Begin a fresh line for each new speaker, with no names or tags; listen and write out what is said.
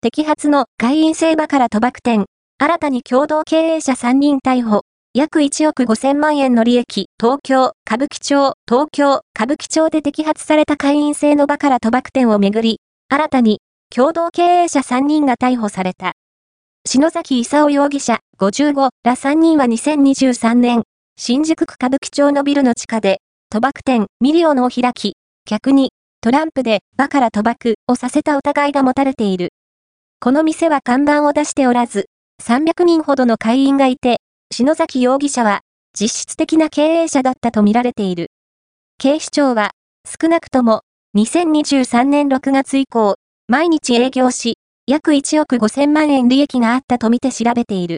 摘発の会員制バカラ賭博店、新たに共同経営者3人逮捕、約1億5000万円の利益、東京、歌舞伎町で摘発された会員制のバカラ賭博店をめぐり、新たに共同経営者3人が逮捕された。篠崎勲容疑者55ら3人は2023年、新宿区歌舞伎町のビルの地下で、賭博店ミリオンを開き、客にトランプでバカラ賭博をさせた疑いが持たれている。この店は看板を出しておらず、300人ほどの会員がいて、篠崎容疑者は実質的な経営者だったとみられている。警視庁は少なくとも2023年6月以降、毎日営業し、約1億5000万円利益があったとみて調べている。